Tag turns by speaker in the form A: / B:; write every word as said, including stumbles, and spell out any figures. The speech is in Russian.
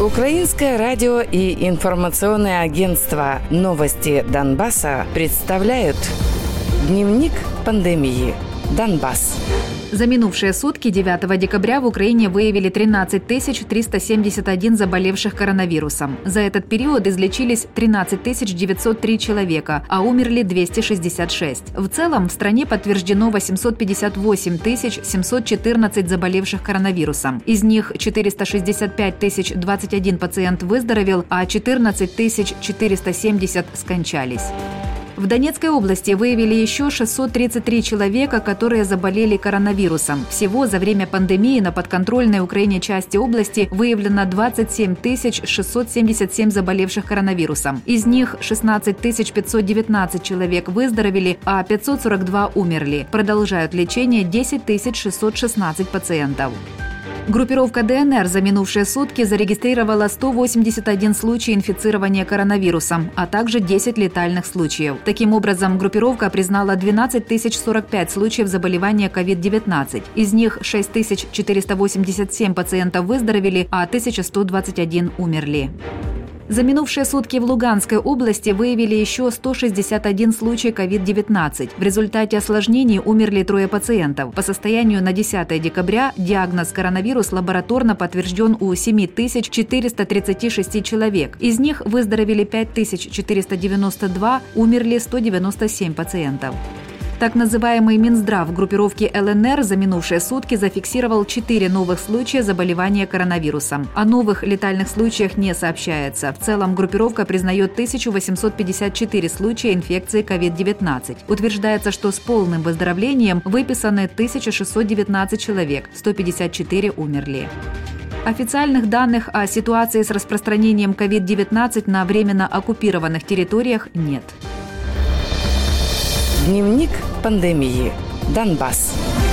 A: Украинское радио и информационное агентство «Новости Донбасса» представляют дневник пандемии. Донбасс.
B: За минувшие сутки девятого декабря в Украине выявили тринадцать тысяч триста семьдесят один заболевших коронавирусом. За этот период излечились тринадцать тысяч девятьсот три человека, а умерли двести шестьдесят шесть. В целом в стране подтверждено восемьсот пятьдесят восемь тысяч семьсот четырнадцать заболевших коронавирусом. Из них четыреста шестьдесят пять тысяч двадцать один пациент выздоровел, а четырнадцать тысяч четыреста семьдесят скончались. В Донецкой области выявили еще шестьсот тридцать три человека, которые заболели коронавирусом. Всего за время пандемии на подконтрольной Украине части области выявлено двадцать семь тысяч шестьсот семьдесят семь заболевших коронавирусом. Из них шестнадцать тысяч пятьсот девятнадцать человек выздоровели, а пятьсот сорок два умерли. Продолжают лечение десять тысяч шестьсот шестнадцать пациентов. Группировка ДНР за минувшие сутки зарегистрировала сто восемьдесят один случай инфицирования коронавирусом, а также десять летальных случаев. Таким образом, группировка признала двенадцать тысяч сорок пять случаев заболевания ковид девятнадцать. Из них шесть тысяч четыреста восемьдесят семь пациентов выздоровели, а тысяча сто двадцать один умерли. За минувшие сутки в Луганской области выявили еще сто шестьдесят один случай ковид девятнадцать. В результате осложнений умерли трое пациентов. По состоянию на десятое декабря диагноз коронавирус лабораторно подтвержден у семь тысяч четыреста тридцать шесть человек. Из них выздоровели пять тысяч четыреста девяносто два, умерли сто девяносто семь пациентов. Так называемый Минздрав группировки ЛНР за минувшие сутки зафиксировал четыре новых случая заболевания коронавирусом. О новых летальных случаях не сообщается. В целом группировка признает тысячу восемьсот пятьдесят четыре случая инфекции ковид девятнадцать. Утверждается, что с полным выздоровлением выписаны тысяча шестьсот девятнадцать человек, сто пятьдесят четыре умерли. Официальных данных о ситуации с распространением ковид девятнадцать на временно оккупированных территориях нет.
A: Дневник пандемии. Донбасс.